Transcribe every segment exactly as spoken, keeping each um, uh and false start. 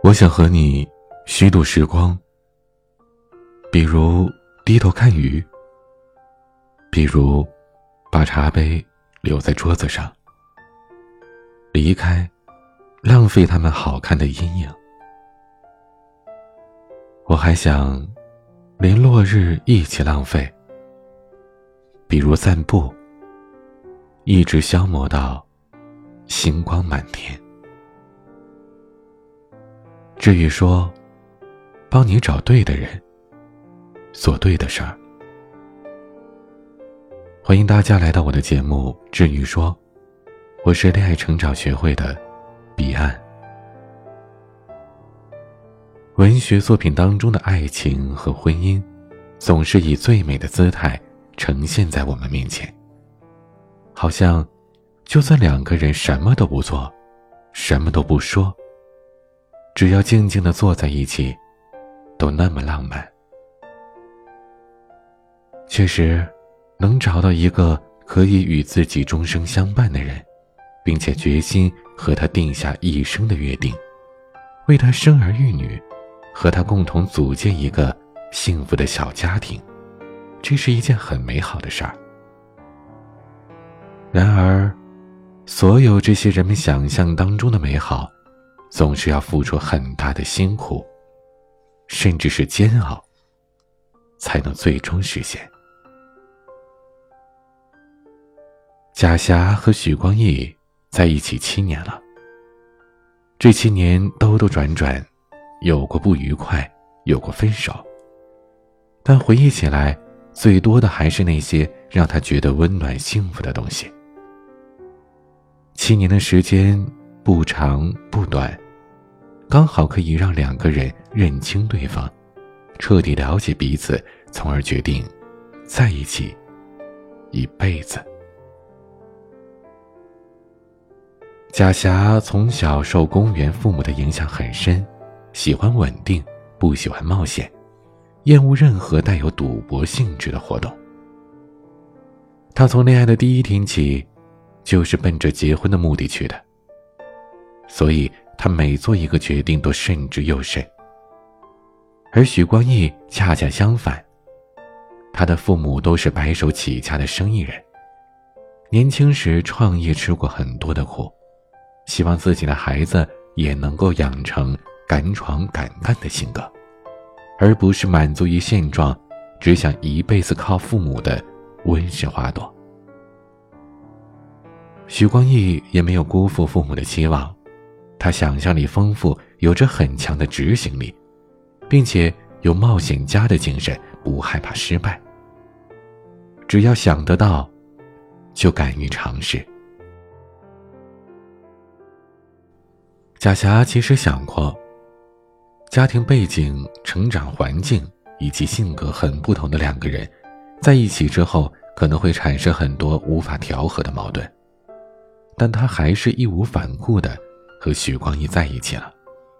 我想和你虚度时光，比如低头看鱼，比如把茶杯留在桌子上，离开，浪费他们好看的阴影。我还想连落日一起浪费，比如散步，一直消磨到星光满天。至于说帮你找对的人，做对的事儿。欢迎大家来到我的节目至于说，我是恋爱成长学会的彼岸。文学作品当中的爱情和婚姻总是以最美的姿态呈现在我们面前，好像就算两个人什么都不做，什么都不说，只要静静地坐在一起，都那么浪漫。确实，能找到一个可以与自己终生相伴的人，并且决心和他定下一生的约定，为他生儿育女，和他共同组建一个幸福的小家庭，这是一件很美好的事儿。然而，所有这些人们想象当中的美好，总是要付出很大的辛苦，甚至是煎熬，才能最终实现。贾霞和许光义在一起七年了，这七年兜兜转转，有过不愉快，有过分手，但回忆起来，最多的还是那些让他觉得温暖幸福的东西。七年的时间不长不短，刚好可以让两个人认清对方，彻底了解彼此，从而决定在一起一辈子。贾霞从小受公务员父母的影响很深，喜欢稳定，不喜欢冒险，厌恶任何带有赌博性质的活动。她从恋爱的第一天起，就是奔着结婚的目的去的，所以她每做一个决定都慎之又慎。而许光义恰恰相反，他的父母都是白手起家的生意人，年轻时创业吃过很多的苦，希望自己的孩子也能够养成敢闯敢干的性格，而不是满足于现状，只想一辈子靠父母的温室花朵。许光义也没有辜负父母的期望，他想象力丰富，有着很强的执行力，并且有冒险家的精神，不害怕失败。只要想得到，就敢于尝试。贾霞其实想过，家庭背景、成长环境以及性格很不同的两个人在一起之后，可能会产生很多无法调和的矛盾，但她还是义无反顾地和许光义在一起了。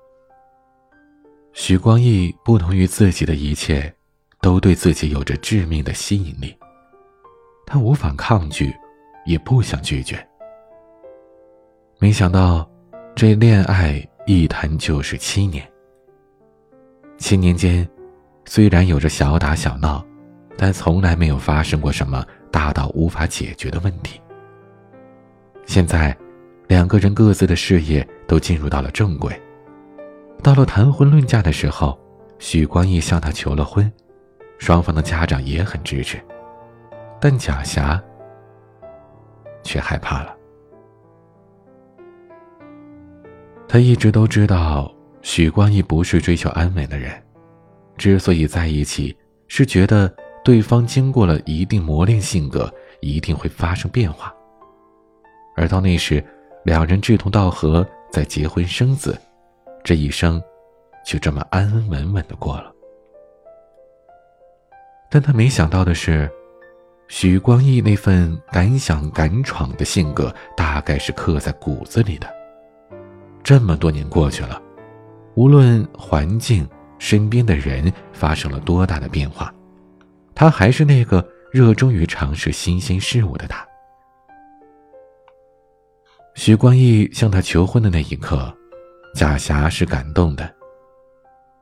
许光义不同于自己的一切，都对自己有着致命的吸引力，他无法抗拒，也不想拒绝。没想到这恋爱一谈就是七年。七年间，虽然有着小打小闹，但从来没有发生过什么大到无法解决的问题。现在，两个人各自的事业都进入到了正轨。到了谈婚论嫁的时候，许光义向他求了婚，双方的家长也很支持，但贾霞却害怕了。他一直都知道许光义不是追求安稳的人，之所以在一起，是觉得对方经过了一定磨练，性格一定会发生变化，而到那时两人志同道合，再结婚生子，这一生就这么安安稳稳地过了。但他没想到的是，许光义那份敢想敢闯的性格大概是刻在骨子里的。这么多年过去了，无论环境、身边的人发生了多大的变化，他还是那个热衷于尝试新鲜事物的他。许光义向他求婚的那一刻，贾霞是感动的，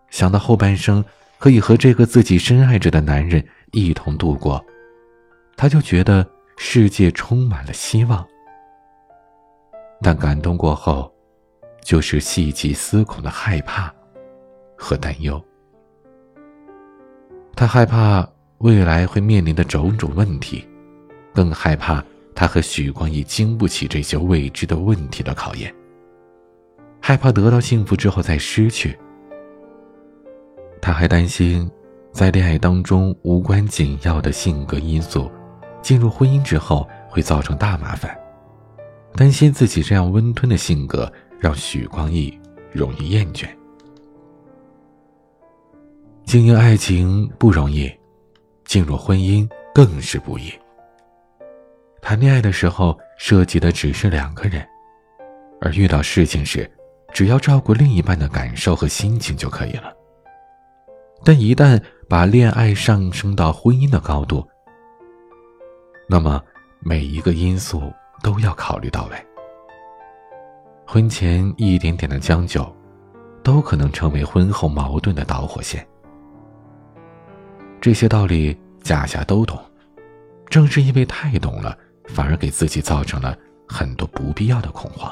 想到后半生可以和这个自己深爱着的男人一同度过，她就觉得世界充满了希望。但感动过后，就是细极思恐的害怕和担忧。她害怕未来会面临的种种问题，更害怕她和许光义经不起这些未知的问题的考验，害怕得到幸福之后再失去。她还担心在恋爱当中无关紧要的性格因素进入婚姻之后会造成大麻烦，担心自己这样温吞的性格让许光义容易厌倦。经营爱情不容易，进入婚姻更是不易。谈恋爱的时候涉及的只是两个人，而遇到事情时只要照顾另一半的感受和心情就可以了。但一旦把恋爱上升到婚姻的高度，那么每一个因素都要考虑到位。婚前一点点的将就，都可能成为婚后矛盾的导火线。这些道理贾霞都懂，正是因为太懂了，反而给自己造成了很多不必要的恐慌。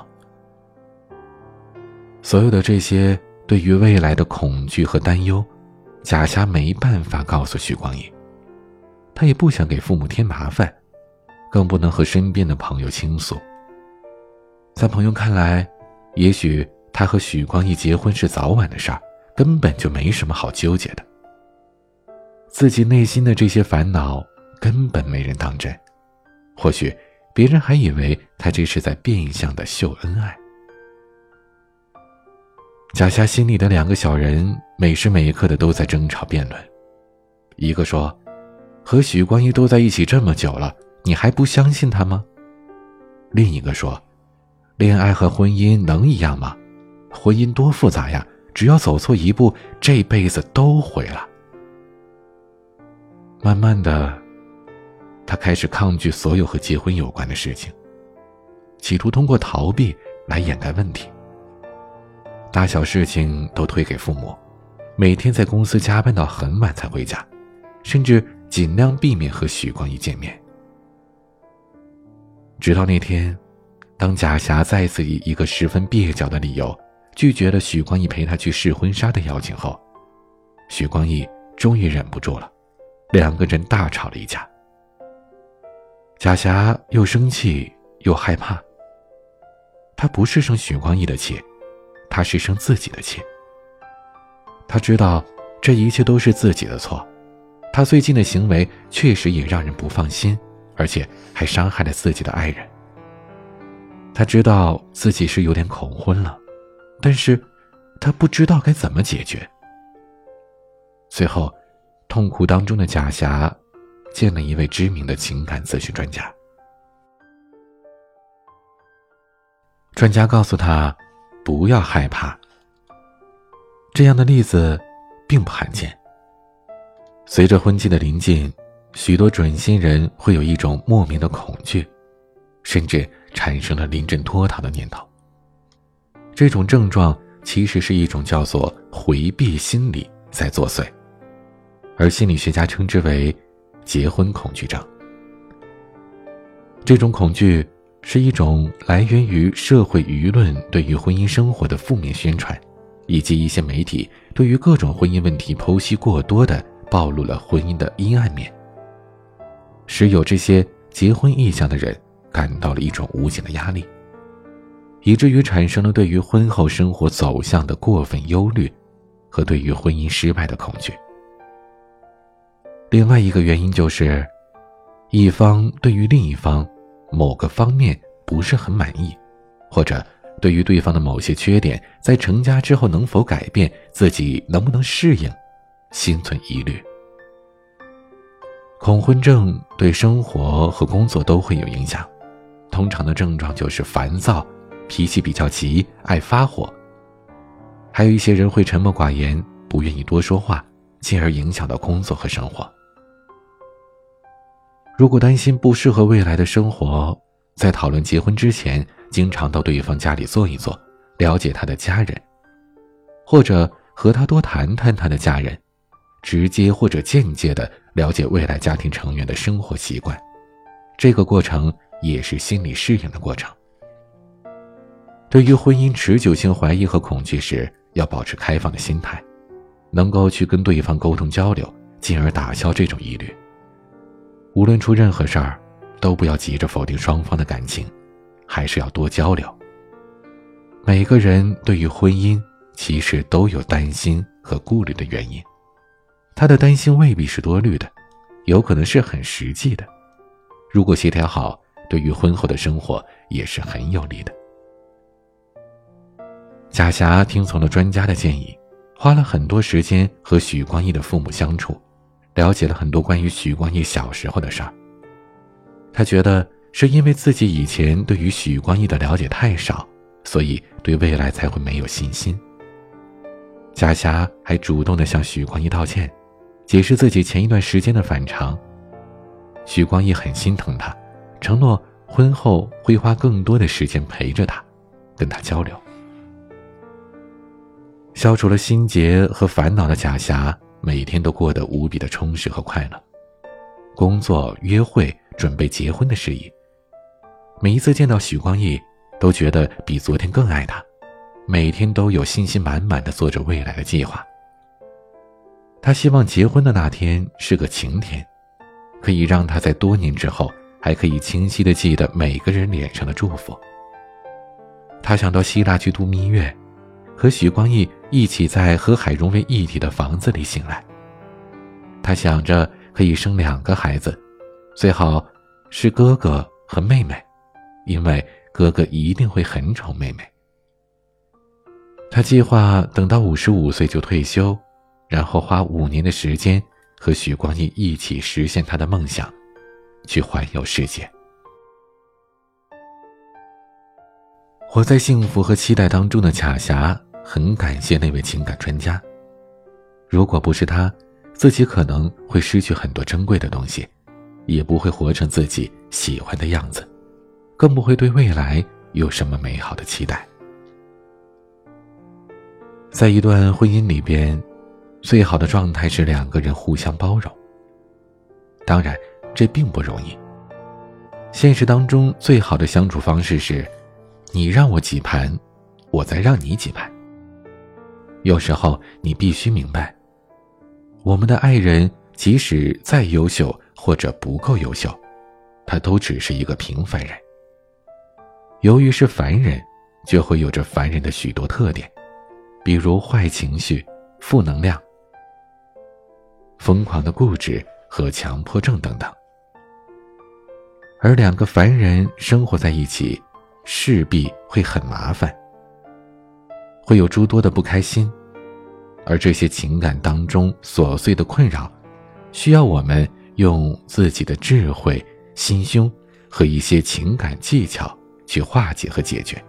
所有的这些对于未来的恐惧和担忧，贾霞没办法告诉许光义，她也不想给父母添麻烦，更不能和身边的朋友倾诉。在朋友看来，也许他和许光义结婚是早晚的事儿，根本就没什么好纠结的。自己内心的这些烦恼根本没人当真，或许别人还以为他这是在变相的秀恩爱。贾霞心里的两个小人每时每刻的都在争吵辩论，一个说，和许光义都在一起这么久了，你还不相信他吗？另一个说，恋爱和婚姻能一样吗？婚姻多复杂呀，只要走错一步，这辈子都毁了。慢慢的，他开始抗拒所有和结婚有关的事情，企图通过逃避来掩盖问题。大小事情都推给父母，每天在公司加班到很晚才回家，甚至尽量避免和许光义见面。直到那天，当贾霞再次以一个十分蹩脚的理由拒绝了许光义陪她去试婚纱的邀请后，许光义终于忍不住了，两个人大吵了一架。贾霞又生气又害怕，她不是生许光义的气，她是生自己的气。她知道这一切都是自己的错，她最近的行为确实也让人不放心，而且还伤害了自己的爱人。她知道自己是有点恐婚了，但是她不知道该怎么解决。最后，痛苦当中的贾霞见了一位知名的情感咨询专家。专家告诉她，不要害怕。这样的例子并不罕见。随着婚期的临近，许多准新人会有一种莫名的恐惧，甚至产生了临阵脱逃的念头。这种症状其实是一种叫做回避心理在作祟，而心理学家称之为结婚恐惧症。这种恐惧是一种来源于社会舆论对于婚姻生活的负面宣传，以及一些媒体对于各种婚姻问题剖析过多的暴露了婚姻的阴暗面，使有这些结婚意向的人感到了一种无形的压力，以至于产生了对于婚后生活走向的过分忧虑和对于婚姻失败的恐惧。另外一个原因就是，一方对于另一方某个方面不是很满意，或者对于对方的某些缺点在成家之后能否改变，自己能不能适应，心存疑虑。恐婚症对生活和工作都会有影响，通常的症状就是烦躁、脾气比较急、爱发火，还有一些人会沉默寡言，不愿意多说话，进而影响到工作和生活。如果担心不适合未来的生活，在讨论结婚之前，经常到对方家里坐一坐，了解他的家人，或者和他多谈谈他的家人，直接或者间接地了解未来家庭成员的生活习惯，这个过程也是心理适应的过程。对于婚姻持久性怀疑和恐惧时，要保持开放的心态，能够去跟对方沟通交流，进而打消这种疑虑。无论出任何事儿，都不要急着否定双方的感情，还是要多交流。每个人对于婚姻其实都有担心和顾虑的原因，他的担心未必是多虑的，有可能是很实际的。如果协调好，对于婚后的生活也是很有利的。贾霞听从了专家的建议，花了很多时间和许光义的父母相处，了解了很多关于许光义小时候的事儿。他觉得是因为自己以前对于许光义的了解太少，所以对未来才会没有信心。贾霞还主动地向许光义道歉，解释自己前一段时间的反常。许光义很心疼他，承诺婚后会花更多的时间陪着他，跟他交流。消除了心结和烦恼的贾霞每天都过得无比的充实和快乐，工作、约会、准备结婚的事宜，每一次见到许光义都觉得比昨天更爱他，每天都有信心满满地做着未来的计划。他希望结婚的那天是个晴天，可以让他在多年之后还可以清晰地记得每个人脸上的祝福。他想到希腊去度蜜月，和许光义一起在和海融为一体的房子里醒来。他想着可以生两个孩子，最好是哥哥和妹妹，因为哥哥一定会很宠妹妹。他计划等到五十五岁就退休，然后花五年的时间和许光义一起实现他的梦想，去环游世界。活在幸福和期待当中的贾霞很感谢那位情感专家，如果不是他，自己可能会失去很多珍贵的东西，也不会活成自己喜欢的样子，更不会对未来有什么美好的期待。在一段婚姻里边，最好的状态是两个人互相包容。当然，这并不容易。现实当中最好的相处方式是，你让我几盘，我再让你几盘。有时候你必须明白，我们的爱人即使再优秀或者不够优秀，他都只是一个平凡人。由于是凡人，就会有着凡人的许多特点，比如坏情绪、负能量、疯狂的固执和强迫症等等。而两个凡人生活在一起，势必会很麻烦，会有诸多的不开心，而这些情感当中琐碎的困扰，需要我们用自己的智慧、心胸和一些情感技巧去化解和解决。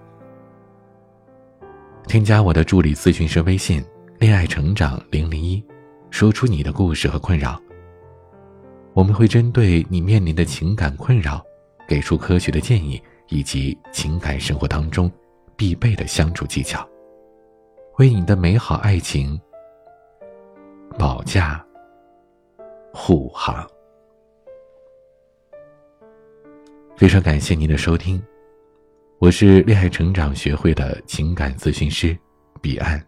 添加我的助理咨询师微信恋爱成长零零一，说出你的故事和困扰，我们会针对你面临的情感困扰，给出科学的建议以及情感生活当中必备的相处技巧，为你的美好爱情保驾护航。非常感谢您的收听，我是恋爱成长学会的情感咨询师彼岸。